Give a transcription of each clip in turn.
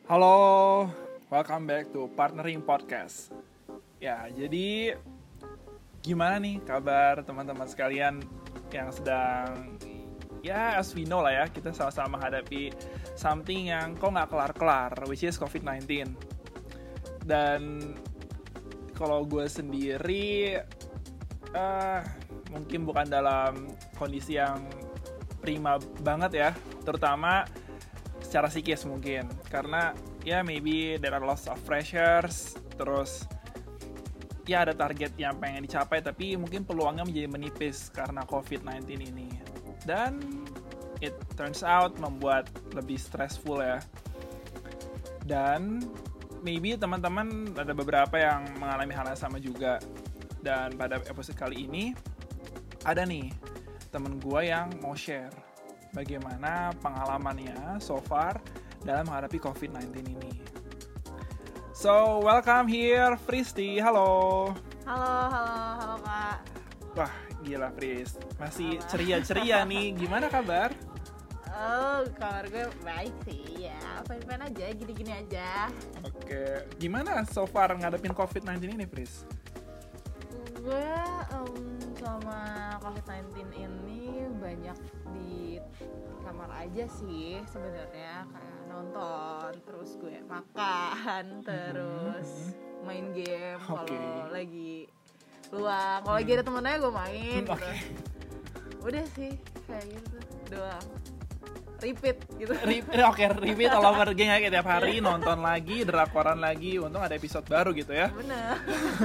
Halo, welcome back to Partnering Podcast. Ya, jadi gimana nih kabar teman-teman sekalian yang sedang, ya as we know lah ya, kita sama-sama menghadapi something yang kok nggak kelar-kelar, which is COVID-19. Dan kalau gue sendiri, mungkin bukan dalam kondisi yang prima banget ya, terutama secara psikis mungkin, karena ya maybe there are lots of pressures, terus ya ada target yang pengen dicapai tapi mungkin peluangnya menjadi menipis karena COVID-19 ini, dan it turns out membuat lebih stressful ya. Dan maybe teman-teman ada beberapa yang mengalami hal yang sama juga. Dan pada episode kali ini ada nih temen gue yang mau share bagaimana pengalamannya so far dalam menghadapi COVID-19 ini. So, welcome here, Fristi. Halo. Halo Kak. Wah, gila Fris. Masih ceria-ceria nih. Gimana kabar? Oh, kabar gue baik sih ya. Fine-fine aja, gini-gini aja. Oke. Gimana so far ngadepin COVID-19 ini, Fris? Gue selama COVID-19 ini banyak di kamar aja sih sebenarnya, kayak nonton, terus gue makan, terus main game kalau lagi luang. Kalau lagi ada temennya gue main gitu. Udah sih kayak gitu doang. Repeat gitu. Repeat all over again ya, kayak tiap hari nonton lagi, drakoran lagi, untung ada episode baru gitu ya. Bener.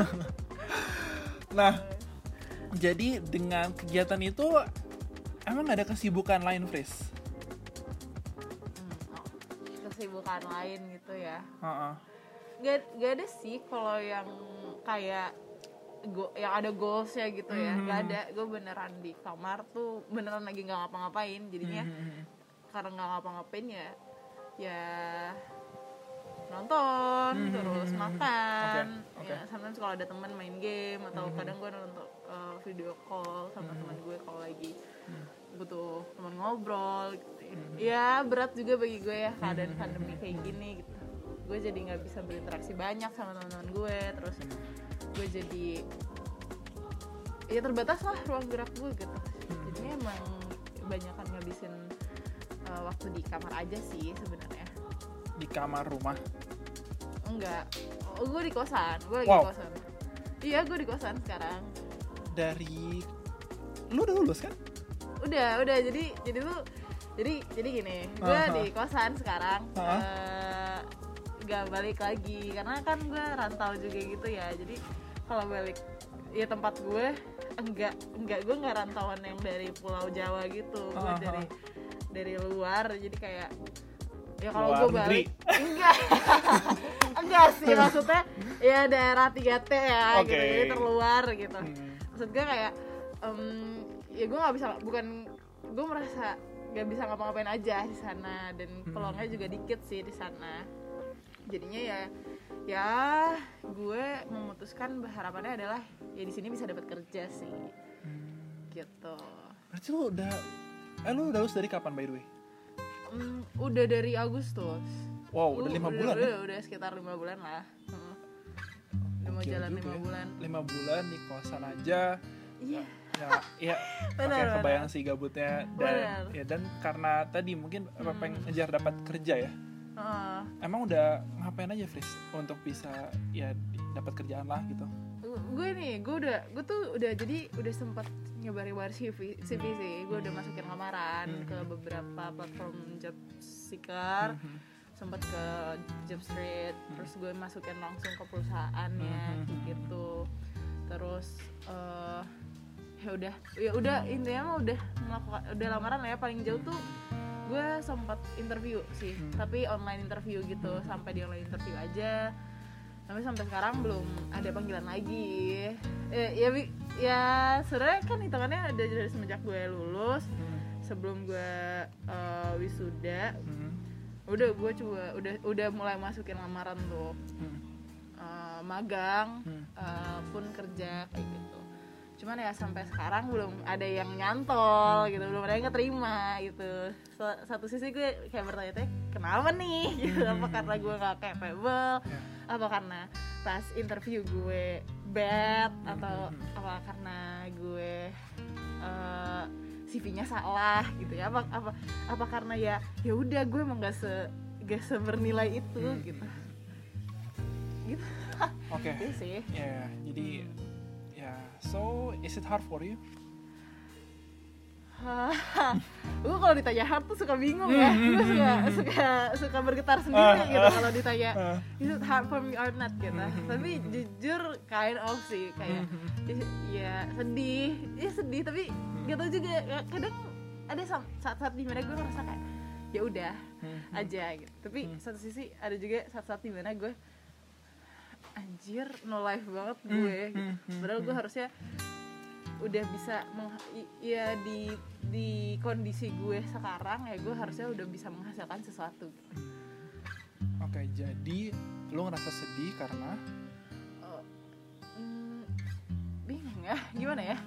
Nah, jadi dengan kegiatan itu emang gak ada kesibukan lain, Fris? Kesibukan lain gitu ya. Uh-uh. Gak ada sih kalau yang kayak yang ada goalsnya gitu ya. Gak ada. Gue beneran di kamar tuh beneran lagi gak ngapa-ngapain. Jadinya karena gak ngapa-ngapain ya nonton, terus makan. Okay. Ya, sometimes kalau ada teman main game, atau kadang gue nonton video call sama teman gue kalau lagi butuh teman ngobrol gitu. Ya berat juga bagi gue ya keadaan pandemi kayak gini gitu. Gue jadi nggak bisa berinteraksi banyak sama teman-teman gue, terus gue jadi ya terbatas lah ruang gerak gue gitu. Jadinya emang banyakan ngabisin waktu di kamar aja sih sebenarnya. Di kamar rumah? Enggak, gue di kosan, gue lagi kosan. Iya, gue di kosan sekarang. Lu udah lulus kan? Udah, jadi gini, gue di kosan sekarang, gak balik lagi, karena kan gue rantau juga gitu ya. Jadi kalau balik, ya tempat gue, gue nggak rantauan yang dari Pulau Jawa gitu, gue dari luar, jadi kayak ya kalau gue balik enggak sih, maksudnya ya daerah 3T ya gitu, jadi terluar gitu. Maksud gue kayak ya gue nggak bisa, gue merasa nggak bisa ngapa-ngapain aja di sana, dan peluangnya juga dikit sih di sana. Jadinya ya gue memutuskan, harapannya adalah ya di sini bisa dapat kerja sih, gitu. Berarti lu udah lulus dari kapan, by the way? Udah dari Agustus. Wow, udah 5 bulan ya? Udah sekitar 5 bulan lah. Udah mau jalan 5 bulan. 5 bulan di kosan aja. Iya. Ya, benar. Kebayang sih gabutnya. Dan karena tadi mungkin pengen ngejar dapat kerja ya. Emang udah ngapain aja, Fris, untuk bisa ya dapat kerjaan lah gitu? Gue udah sempat nyebar CV sih. Gue udah masukin lamaran ke beberapa platform job seeker, sempat ke Jobstreet, terus gue masukin langsung ke perusahaannya gitu. Terus ya udah intinya mah udah lamaran lah ya. Paling jauh tuh gue sempat interview sih, tapi online interview gitu, sampai di online interview aja. Tapi sampai sekarang belum ada panggilan lagi. Ya sebenarnya kan hitungannya ada dari semenjak gue lulus, sebelum gue wisuda. Gue udah mulai masukin lamaran tuh, magang, pun kerja kayak gitu. cuman ya sampai sekarang belum ada yang nyantol gitu, belum ada yang keterima gitu. Satu sisi gue kayak bertanya-tanya kenapa nih gitu, apa karena gue nggak capable, apa karena pas interview gue bad, atau apa karena gue CV-nya salah gitu ya, apa karena ya udah gue emang gak sebernilai itu gitu. Oke. Gitu sih. Ya, jadi so is it hard for you? Gue kalau ditanya hard tuh suka bingung ya. Gue suka bergetar sendiri gitu kalau ditanya is it hard for me or not gitu. Tapi jujur kind of sih, kayak ya sedih tapi gak tau juga, kadang ada saat-saat dimana gue ngerasa kayak ya udah aja gitu. Tapi satu sisi ada juga saat-saat dimana gue anjir no life banget gue gitu. Padahal gue harusnya udah bisa di kondisi gue sekarang ya gue harusnya udah bisa menghasilkan sesuatu gitu. Oke, jadi lo ngerasa sedih karena bingung ya gimana ya,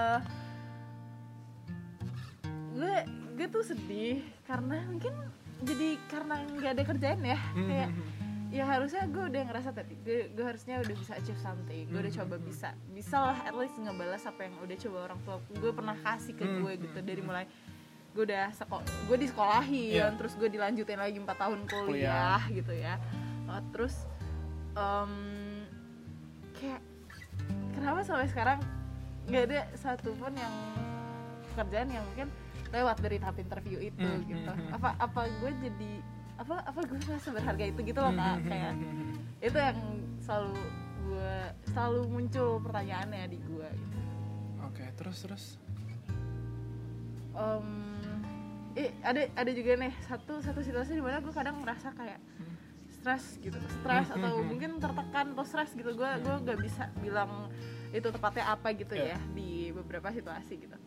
gue tuh sedih karena mungkin jadi karena nggak ada kerjaan ya, kayak ya harusnya gue udah ngerasa tadi gue harusnya udah bisa achieve something, gue udah coba bisa lah at least ngebalas apa yang udah coba orang tua gue pernah kasih ke gue gitu. Dari mulai gue udah gue disekolahin, terus gue dilanjutin lagi 4 tahun kuliah gitu ya, terus kayak kenapa sampai sekarang nggak ada satupun yang pekerjaan yang mungkin lewat dari tahap interview itu gitu. Apa gue jadi apa gue merasa berharga itu gitu loh Kak. Kayak itu yang selalu muncul pertanyaannya di gue gitu. Oke, terus ada juga nih satu situasi di mana gue kadang merasa kayak stres atau mungkin tertekan atau stres gitu. Gue nggak bisa bilang itu tepatnya apa gitu ya di beberapa situasi gitu.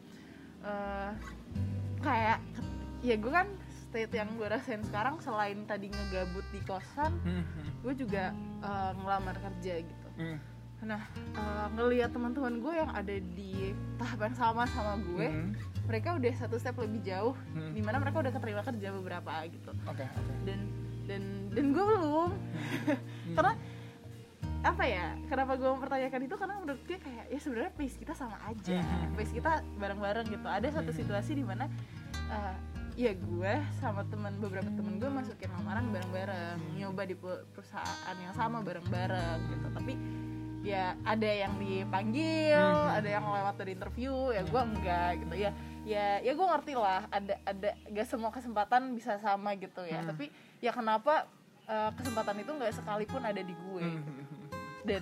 Kayak ya gue kan state yang gue rasain sekarang selain tadi ngegabut di kosan, gue juga ngelamar kerja gitu. Nah, ngelihat teman-teman gue yang ada di tahap yang sama gue, mereka udah satu step lebih jauh, dimana mereka udah keterima kerja beberapa gitu. Dan gue belum, karena apa ya? Kenapa gue mempertanyakan itu? Karena menurut gue kayak ya sebenarnya pace kita sama aja, pace kita bareng-bareng gitu. Ada satu situasi di mana ya gue sama beberapa temen gue masukin lamaran bareng-bareng, nyoba di perusahaan yang sama bareng-bareng gitu. Tapi ya ada yang dipanggil, ada yang lewat dari interview, ya gue enggak gitu. Ya gue ngerti lah, ada gak semua kesempatan bisa sama gitu ya. Tapi ya kenapa kesempatan itu nggak sekalipun ada di gue gitu. Dan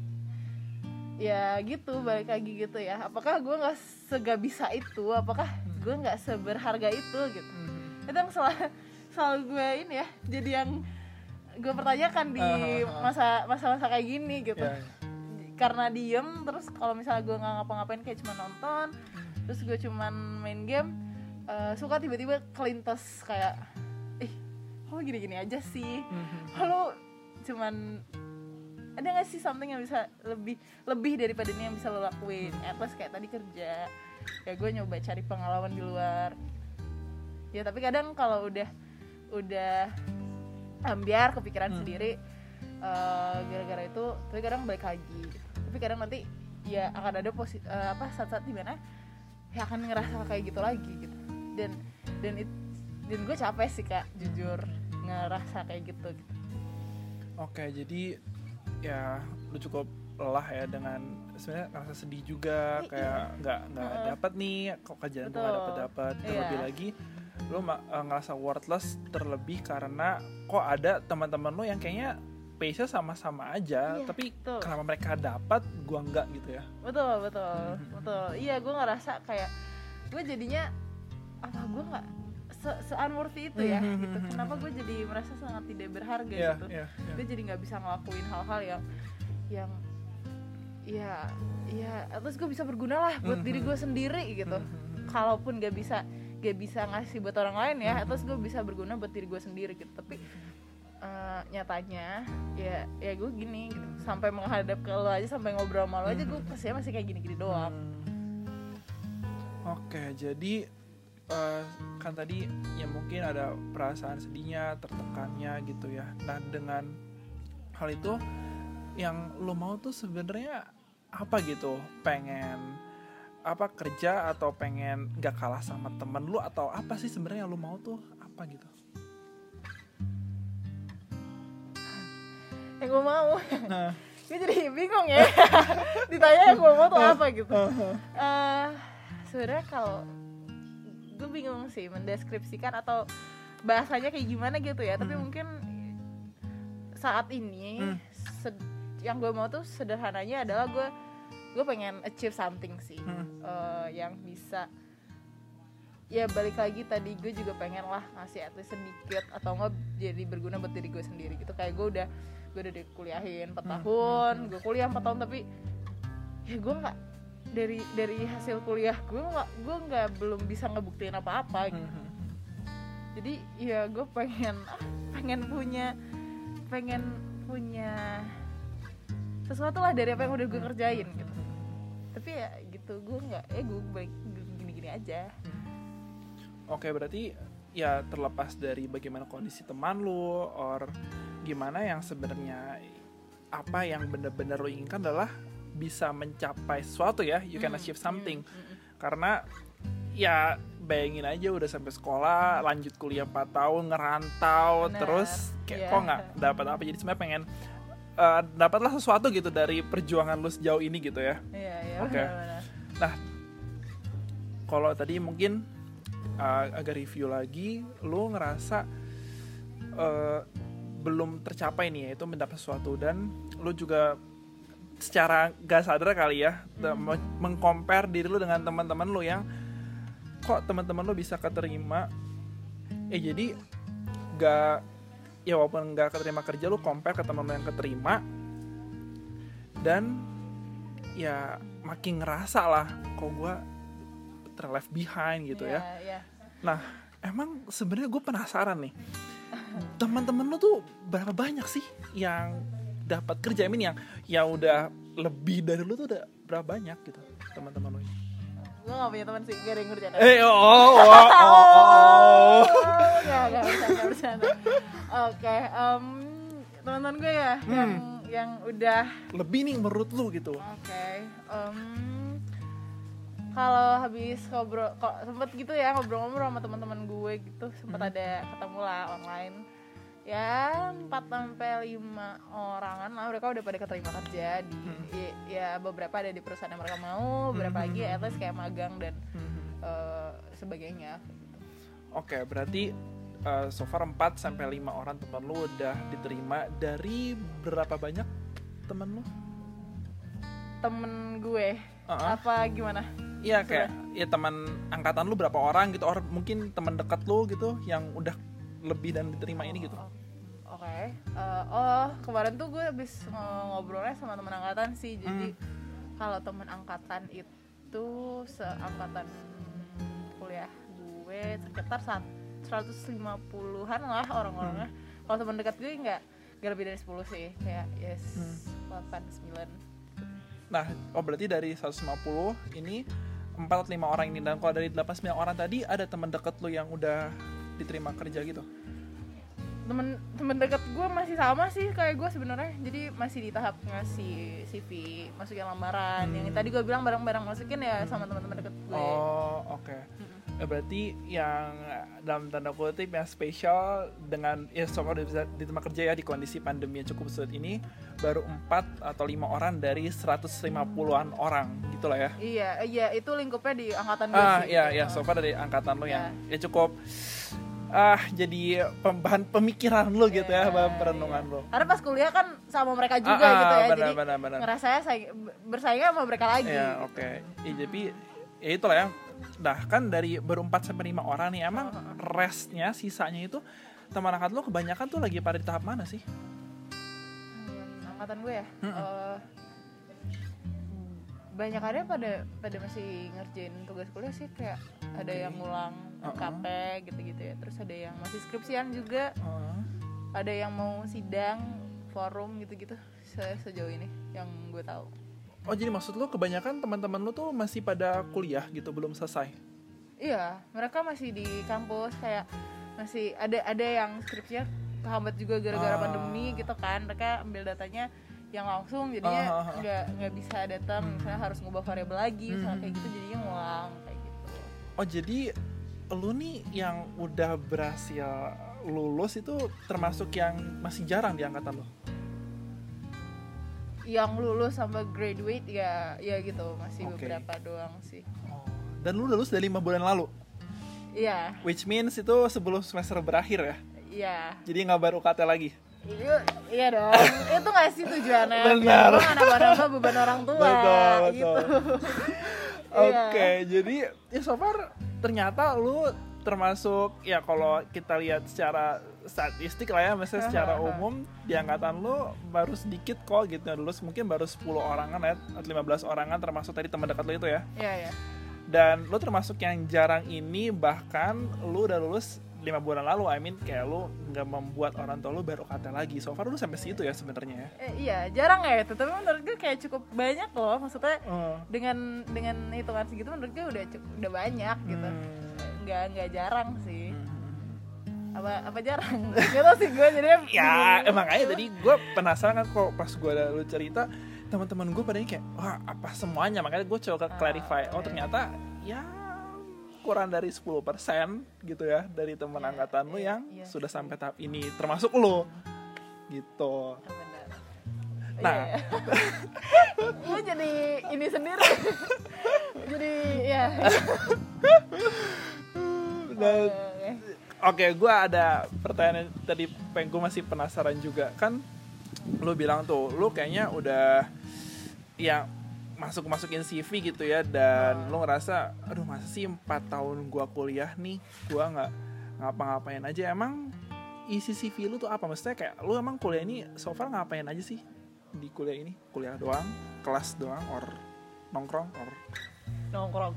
ya gitu, balik lagi gitu ya, apakah gue nggak segak bisa itu, apakah gue nggak seberharga itu gitu. Itu yang selalu gue ini ya, jadi yang gue pertanyakan di masa-masa kayak gini gitu. Karena diem, terus kalau misalnya gue nggak ngapa-ngapain kayak cuma nonton, terus gue cuma main game, suka tiba-tiba kelintas kayak lo gini-gini aja sih, lo cuman ada nggak sih something yang bisa lebih daripada ini yang bisa lo lakuin. At least kayak tadi kerja, ya gue nyoba cari pengalaman di luar ya. Tapi kadang kalau udah ambiar kepikiran sendiri gara-gara itu, tapi kadang balik lagi gitu. Tapi kadang nanti ya akan ada saat-saat dimana ya akan ngerasa kayak gitu lagi gitu. Dan gue capek sih Kak, jujur ngerasa kayak gitu. Oke, jadi ya lu cukup lelah ya dengan sebenarnya ngerasa sedih juga, kayak nggak dapat nih kok kerjaan tuh nggak dapat. Terlebih lagi lu ngerasa worthless, terlebih karena kok ada teman-teman lu yang kayaknya pace-nya sama-sama aja, tapi kenapa mereka dapat gua enggak gitu ya. Betul. Iya, gue ngerasa kayak gue jadinya apa gue nggak se-unworthy itu ya gitu. Kenapa gue jadi merasa sangat tidak berharga gitu. Gue jadi nggak bisa ngelakuin hal-hal yang terus gue bisa berguna lah buat diri gue sendiri gitu. Kalaupun gak bisa ngasih buat orang lain ya, terus gue bisa berguna buat diri gue sendiri gitu. Tapi nyatanya ya gue gini gitu. Sampai menghadap ke lo aja, sampai ngobrol sama lo aja gue pastinya masih kayak gini-gini doang. Oke, jadi kan tadi ya mungkin ada perasaan sedihnya, tertekannya gitu ya. Nah dengan hal itu yang lo mau tuh sebenarnya apa gitu? Pengen apa, kerja atau pengen gak kalah sama temen lu, atau apa sih sebenarnya yang lo mau tuh apa gitu? Yang gue mau gue jadi bingung ya ditanya yang gue mau tuh apa gitu. Sebenarnya kalau gue bingung sih mendeskripsikan atau bahasanya kayak gimana gitu ya. Tapi mungkin saat ini yang gue mau tuh sederhananya adalah gue pengen achieve something sih. Yang bisa ya balik lagi tadi, gue juga pengen lah ngasih at least sedikit atau enggak jadi berguna buat diri gue sendiri gitu. Kayak gue udah dikuliahin 4 tahun, gue kuliah 4 tahun tapi ya gue nggak dari hasil kuliah gue nggak belum bisa ngebuktiin apa-apa gitu. Jadi ya gue pengen punya sesuatu lah dari apa yang udah gue kerjain gitu. Tapi ya gitu, gue nggak gue baik gini-gini aja. Oke, berarti ya terlepas dari bagaimana kondisi teman lu or gimana, yang sebenarnya apa yang benar-benar lu inginkan adalah bisa mencapai sesuatu ya, you can achieve something. Karena ya bayangin aja udah sampai sekolah, lanjut kuliah 4 tahun, ngerantau. Bener. Terus kayak kok nggak dapat apa. Jadi sebenarnya pengen dapatlah sesuatu gitu dari perjuangan lu sejauh ini gitu ya. Iya. Oke. Nah, kalau tadi mungkin agak review lagi, lu ngerasa belum tercapai nih, yaitu mendapat sesuatu, dan lu juga secara gak sadar kali ya mengcompare diri lu dengan teman-teman lu yang kok teman-teman lu bisa keterima, jadi gak, ya walaupun gak keterima kerja, lu compare ke teman lu yang keterima, dan ya makin ngerasa lah kok gue left behind gitu ya. Nah emang sebenarnya gue penasaran nih, teman-teman lu tuh berapa banyak sih yang dapat kerja, yang udah lebih dari lu tuh udah berapa banyak gitu teman-teman lu? Gue gak punya teman sih, gak ada yang ngerjain. Gak bercanda. Oke, teman-teman gue ya yang udah lebih nih menurut lu gitu. Oke. Kalau habis ngobrol, kok sempet gitu ya ngobrol-ngobrol sama teman-teman gue gitu, sempet ada ketemu lah online. Ya 4-5 orangan lah, mereka udah pada keterima kerja di ya beberapa ada di perusahaan yang mereka mau, beberapa lagi at least kayak magang dan sebagainya gitu. Oke, berarti so far 4-5 orang teman lu udah diterima. Dari berapa banyak teman lu? Temen gue apa gimana? Iya, kayak ya teman angkatan lu berapa orang gitu, or mungkin teman dekat lu gitu yang udah lebih dan diterima ini gitu. Oke. Kemarin tuh gue habis ngobrolnya sama teman angkatan sih. Jadi kalau teman angkatan itu seangkatan kuliah gue sekitar 150-an lah orang-orangnya. Kalau teman dekat gue nggak lebih dari 10 sih, kayak 8-9. Nah, berarti dari 150 ini 4-5 orang ini, dan kalau dari 8-9 orang tadi ada teman dekat lu yang udah diterima kerja gitu? Temen dekat gue masih sama sih kayak gue sebenarnya, jadi masih di tahap ngasih CV, masukin lamaran. Yang tadi gue bilang bareng-bareng masukin ya sama teman-teman dekat gue. Oke. Berarti yang dalam tanda kutip yang spesial dengan ya so far udah bisa diterima kerja ya di kondisi pandemi yang cukup sulit ini baru 4 atau 5 orang dari 150-an orang gitu lah ya. Iya, itu lingkupnya di angkatan gue sih. Iya, so far dari angkatan lo yang ya cukup jadi bahan pemikiran lo gitu ya, bahan perenungan lo. Karena pas kuliah kan sama mereka juga gitu ya, benar. Jadi ngerasanya bersaing sama mereka lagi. Ya, oke. Jadi ya itulah ya. Nah kan dari baru 4-5 orang nih, emang restnya, sisanya itu teman angkatan lo kebanyakan tuh lagi pada di tahap mana sih? Angkatan gue ya? Banyakannya pada masih ngerjain tugas kuliah sih, kayak ada yang ngulang KP gitu-gitu ya. Terus ada yang masih skripsian juga. ada yang mau sidang, forum gitu-gitu sejauh ini yang gue tahu. Oh jadi maksud lu kebanyakan teman-teman lu tuh masih pada kuliah gitu, belum selesai? Iya, mereka masih di kampus, kayak masih ada yang skripsinya kehambat juga gara-gara pandemi gitu kan. Mereka ambil datanya yang langsung, jadinya nggak bisa datang, misalnya harus ngubah variabel lagi, misalnya kayak gitu, jadinya ngulang kayak gitu. Oh jadi lu nih yang udah berhasil lulus itu termasuk yang masih jarang di angkatan lo? Yang lulus sampai graduate ya gitu, masih beberapa doang sih. Dan lu lulus dari 5 bulan lalu? Iya. Which means itu sebelum semester berakhir ya? Iya. Jadi ngabar UKT lagi? Iya dong, itu nggak sih tujuannya? Benar. Biar nambah-nambah beban orang tua. Betul. Gitu. Oke, jadi ya so far ternyata lu termasuk ya kalau kita lihat secara statistik lah ya, misalnya secara umum di angkatan lu baru sedikit kok gitu yang lulus, mungkin baru 10 orangan ya, atau 15 orangan termasuk tadi teman dekat lu itu ya. Iya. Dan lu termasuk yang jarang ini, bahkan lu udah lulus 5 bulan lalu, I mean kayak lu nggak membuat orang tua lu baru UKT lagi. So far lu sampai situ ya sebenarnya ya. Iya, jarang ya itu, tapi menurut gue kayak cukup banyak loh, maksudnya dengan hitungan segitu menurut gue udah banyak gitu. Nggak jarang sih. Apa jarang? Gitu sih gue jadinya. Ya makanya tadi gue penasaran kan kok pas gue lu cerita teman-teman gue pada kayak wah apa semuanya, makanya gue coba clarify. Oh ternyata ya kurang dari 10% gitu ya dari teman angkatan lu yang sudah sampai tahap ini, termasuk lu gitu. Nah, gue jadi ini sendiri. Jadi ya. Oke, gue ada pertanyaan tadi, gue masih penasaran juga kan. Lu bilang tuh, lu kayaknya udah ya masukin CV gitu ya, dan lu ngerasa aduh masa sih 4 tahun gua kuliah nih gua nggak ngapa-ngapain aja. Emang isi CV lu tuh apa? Maksudnya kayak lu emang kuliah ini so far ngapain aja sih di kuliah ini? Kuliah doang, kelas doang, or nongkrong, or nongkrong?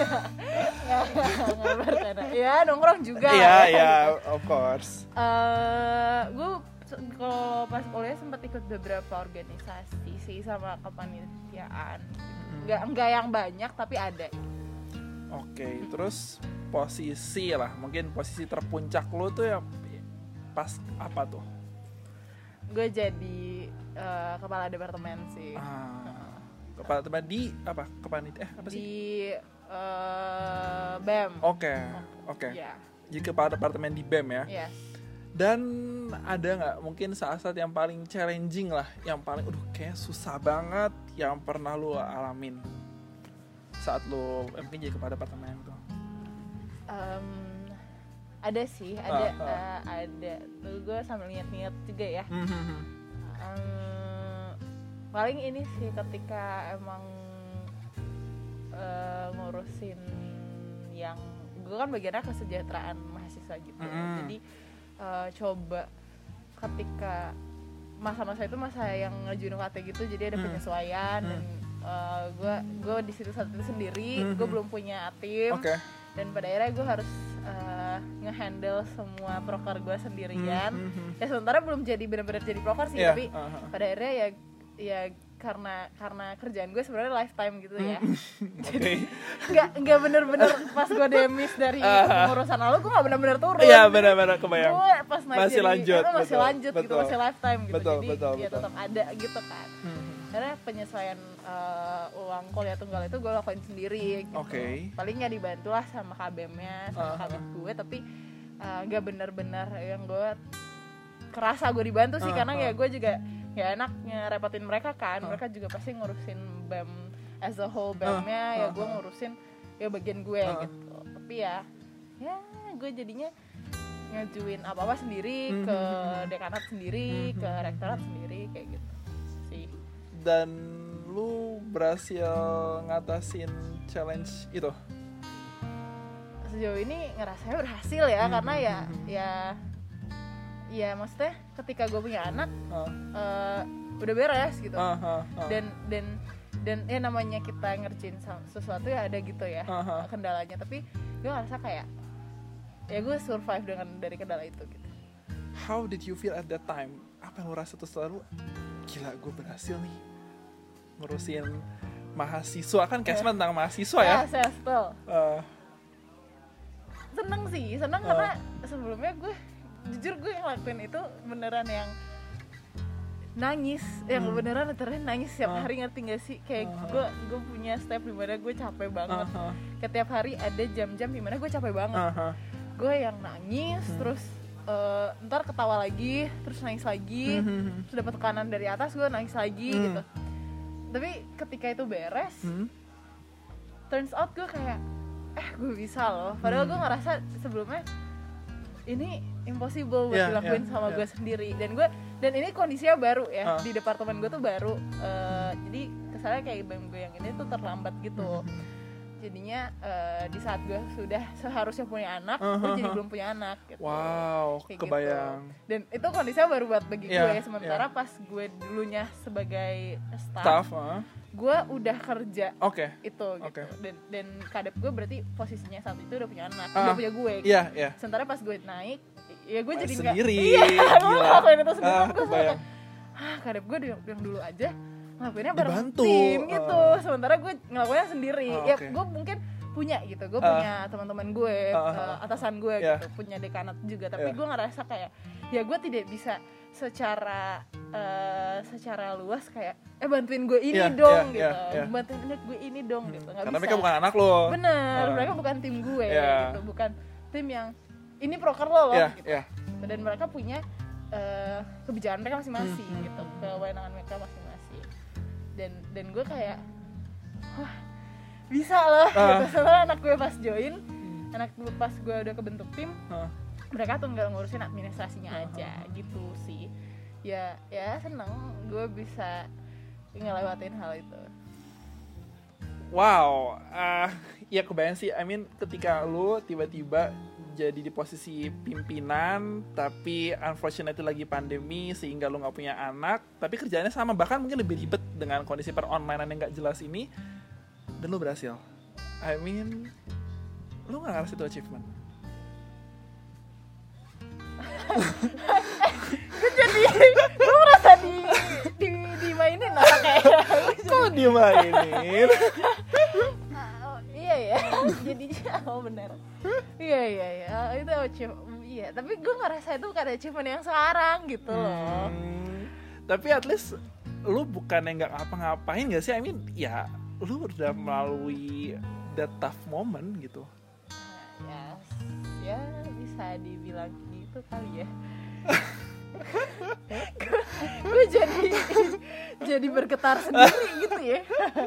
Ya nongkrong juga. Iya, of course. Gue kalau pas kuliah sempat ikut beberapa organisasi sih sama kepanitiaan. Enggak yang banyak tapi ada. Oke, terus posisi lah, mungkin posisi terpuncak lu tuh ya pas apa tuh? Gue jadi kepala departemen sih. Kepala departemen di apa? Kepanitiaan apa sih? Di BEM. Oke. Yeah. Jadi kepala departemen di BEM ya. Yes. Dan ada nggak mungkin saat-saat yang paling challenging lah, yang paling kayak susah banget yang pernah lu alamin saat lu mungkin jadi kepala departemen tuh? Ada sih, ada. Tuh gue sambil niat-niat juga ya. Paling ini sih ketika emang ngurusin yang gue kan bagiannya kesejahteraan mahasiswa gitu. Jadi coba ketika masa-masa itu masa yang ngajuin UKT gitu, jadi ada penyesuaian dan gue di situ saat itu sendiri, gue belum punya tim, dan pada akhirnya gue harus ngehandle semua proker gue sendirian. Ya sementara belum jadi benar-benar jadi proker sih, tapi pada akhirnya ya karena kerjaan gue sebenarnya lifetime gitu ya. Jadi nggak bener-bener pas gue demis dari pengurusan lalu gue nggak bener-bener turun. Iya benar-benar kebayang. Gue pas naik masih jadi lanjut gitu, masih lifetime gitu. Jadi betul. tetap ada gitu kan. Karena penyesuaian uang kuliah tunggal itu gue lakuin sendiri gitu. Paling nggak dibantu lah sama KBM-nya, sama kabit gue, tapi nggak bener-bener yang gue kerasa gue dibantu sih, karena ya gue juga ya enaknya repotin mereka kan. Mereka juga pasti ngurusin BEM as a whole, BEM-nya ya gue ngurusin ya bagian gue gitu. Tapi ya gue jadinya ngajuin apa-apa sendiri ke dekanat sendiri, ke rektorat sendiri kayak gitu sih. Dan lu berhasil ngatasin challenge itu? Sejauh ini ngerasanya berhasil ya, karena ya maksudnya ketika gue punya anak udah beres gitu. Dan ya namanya kita ngerjain sesuatu ya ada gitu ya kendalanya, tapi gue ngerasa kayak ya gue survive dari kendala itu gitu. how did you feel at that time? Apa yang lo rasa tuh selalu, gila gue berhasil nih ngurusin mahasiswa, kan Casement tentang mahasiswa ya? Yes, betul. Seneng karena sebelumnya gue jujur gue yang lakuin itu beneran yang nangis, yang beneran nangis setiap hari, ngerti gak sih? Kayak gue punya step dimana gue capek banget. Setiap hari ada jam-jam dimana gue capek banget. Gue yang nangis, terus ntar ketawa lagi, terus nangis lagi, terus dapat tekanan dari atas, gue nangis lagi gitu. Tapi ketika itu beres, turns out gue kayak, gue bisa loh. Padahal gue ngerasa sebelumnya ini impossible buat dilakuin sama gue sendiri. Dan ini kondisinya baru ya, di departemen gue tuh baru. Jadi kesannya kayak bem gue yang ini tuh terlambat gitu. Jadinya di saat gue sudah seharusnya punya anak, gue jadi belum punya anak gitu. Wow, kayak kebayang gitu. Dan itu kondisinya baru buat bagi gue. Sementara pas gue dulunya sebagai staff gue udah kerja itu gitu. Dan kadep gue berarti posisinya saat itu udah punya anak, udah punya gue gitu. Sementara pas gue naik, ya gue jadi nggak gue ngelakuin itu sendiri. Gue kayak kadep gue yang dulu aja ngelakuinnya bareng tim gitu, sementara gue ngelakuinnya sendiri. Ya gue mungkin punya gitu, gue punya teman-teman gue, atasan gue gitu, punya dekanat juga, tapi gue ngerasa kayak ya gue tidak bisa secara luas kayak bantuin gue ini dong gitu, bantuin anak gue ini dong gitu, nggak bisa. Karena mereka bukan anak lo. Bener, mereka bukan tim gue gitu, bukan tim yang ini proker lo gitu. Dan mereka punya kebijakan mereka masing-masing gitu, kewenangan mereka masing-masing. Dan gue kayak wah bisa loh gitu. Soalnya anak gue pas join, anak gue pas gue udah kebentuk tim, mereka tuh nggak ngurusin administrasinya aja gitu sih. Ya seneng gue bisa ngelewatin hal itu. Wow, ya kebayang sih. I mean ketika lu tiba-tiba jadi di posisi pimpinan, tapi unfortunately lagi pandemi sehingga lu nggak punya anak, tapi kerjaannya sama, bahkan mungkin lebih ribet dengan kondisi per-onlinean yang nggak jelas ini, dan lu berhasil. I mean, lu nggak ngerasa itu achievement? Gue merasa dimainin lah kayak. Kok dimainin? Iya ya, jadinya benar. Iya itu achievement. Iya, tapi gue ngerasa itu bukan achievement yang sekarang gitu loh. Tapi at least lu bukannya nggak ngapa-ngapain nggak sih? I mean, ya lu udah melalui that tough moment gitu. Ya bisa dibilang gitu kali ya. Gue jadi bergetar sendiri gitu ya.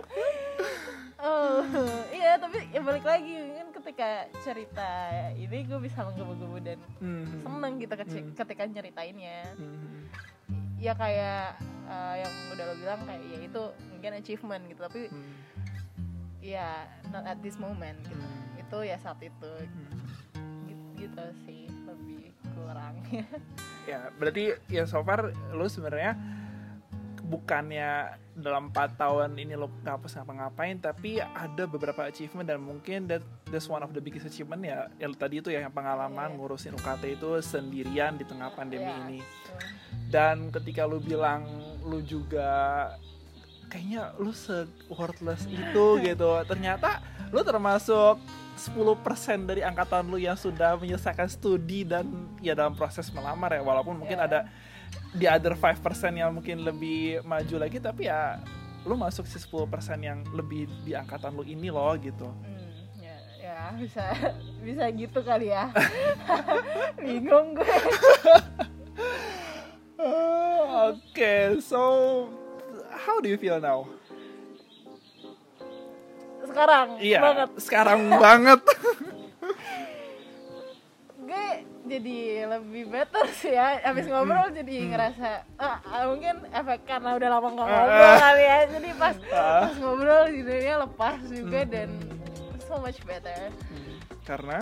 Iya, tapi ya balik lagi kan ketika cerita ini gue bisa menggebu-gebu dan seneng gitu ketika nyeritainnya. Ya kayak yang udah lo bilang kayak ya itu mungkin achievement gitu, tapi ya not at this moment gitu. Itu ya saat itu gitu sih lebih kurang. Ya berarti ya so far lo sebenarnya bukannya dalam 4 tahun ini lo ngapa-ngapain, tapi ada beberapa achievement, dan mungkin that's one of the biggest achievement ya tadi itu ya, yang pengalaman ngurusin UKT itu sendirian di tengah pandemi ini. Dan ketika lo bilang lo juga kayaknya lo se-worthless itu gitu, ternyata lo termasuk 10% dari angkatan lo yang sudah menyelesaikan studi dan ya dalam proses melamar ya, walaupun mungkin ada the other 5% yang mungkin lebih maju lagi, tapi ya lu masuk si 10% yang lebih di angkatan lu ini loh gitu. Ya bisa gitu kali ya. Bingung gue. Okay, so how do you feel now? Sekarang banget. Gue jadi lebih better sih ya, abis ngobrol jadi ngerasa mungkin efek karena udah lama nggak ngobrol kali ya, jadi pas ngobrol jadinya lepas juga dan so much better. Karena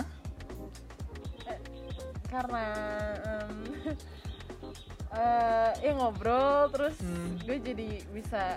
ya ngobrol terus gue jadi bisa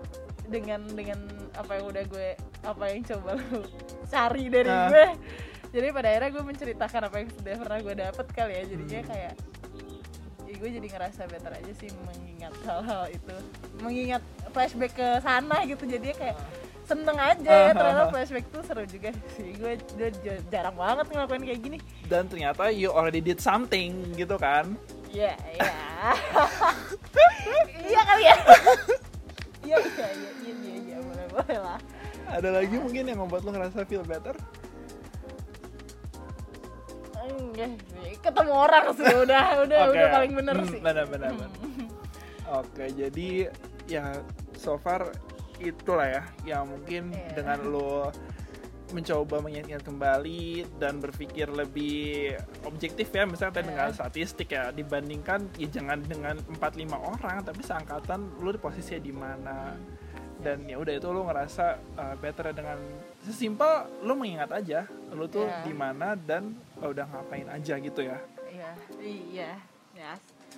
dengan apa yang coba lu cari dari gue, Jadi pada akhirnya gue menceritakan apa yang sudah pernah gue dapet kali ya. Jadinya kayak ya gue jadi ngerasa better aja sih mengingat hal-hal itu, mengingat flashback ke sana gitu. Jadinya kayak seneng aja ya, ternyata flashback tuh seru juga sih. Gue jarang banget ngelakuin kayak gini. Dan ternyata you already did something gitu kan. Iya iya kali ya. Iya boleh lah. Ada lagi mungkin yang membuat lo ngerasa feel better? Ketemu orang sih udah paling bener sih. Benar. Oke, jadi ya so far itulah ya yang mungkin dengan lo mencoba mengingat kembali dan berpikir lebih objektif ya, misalnya dengan statistik ya, dibandingkan ya jangan dengan 4-5 orang tapi seangkatan lo di posisinya di mana. Dan ya udah itu lo ngerasa better dengan sesimpel lo mengingat aja lo tuh di mana dan udah ngapain aja gitu ya. Iya. Yes.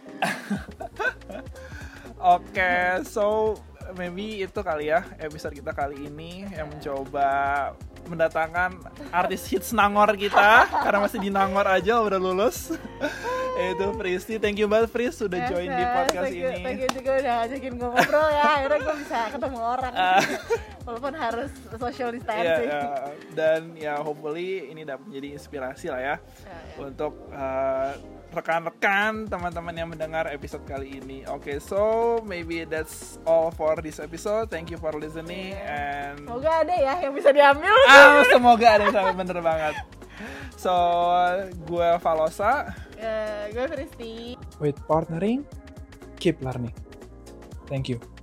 Oke, so maybe itu kali ya episode kita kali ini yang mencoba mendatangkan artis hits Nangor kita karena masih di Nangor aja udah lulus. Itu Fristi, thank you banget Fris sudah join di podcast ini. Thank you juga udah ngajakin gue ngobrol ya, akhirnya gue bisa ketemu orang walaupun harus social distancing. Dan ya hopefully ini dapat menjadi inspirasi lah ya untuk rekan-rekan teman-teman yang mendengar episode kali ini. Oke, so maybe that's all for this episode. Thank you for listening and semoga ada ya yang bisa diambil. Semoga ada yang sampai bener banget. So, gue Valosa. Gue Fristi. With partnering, keep learning. Thank you.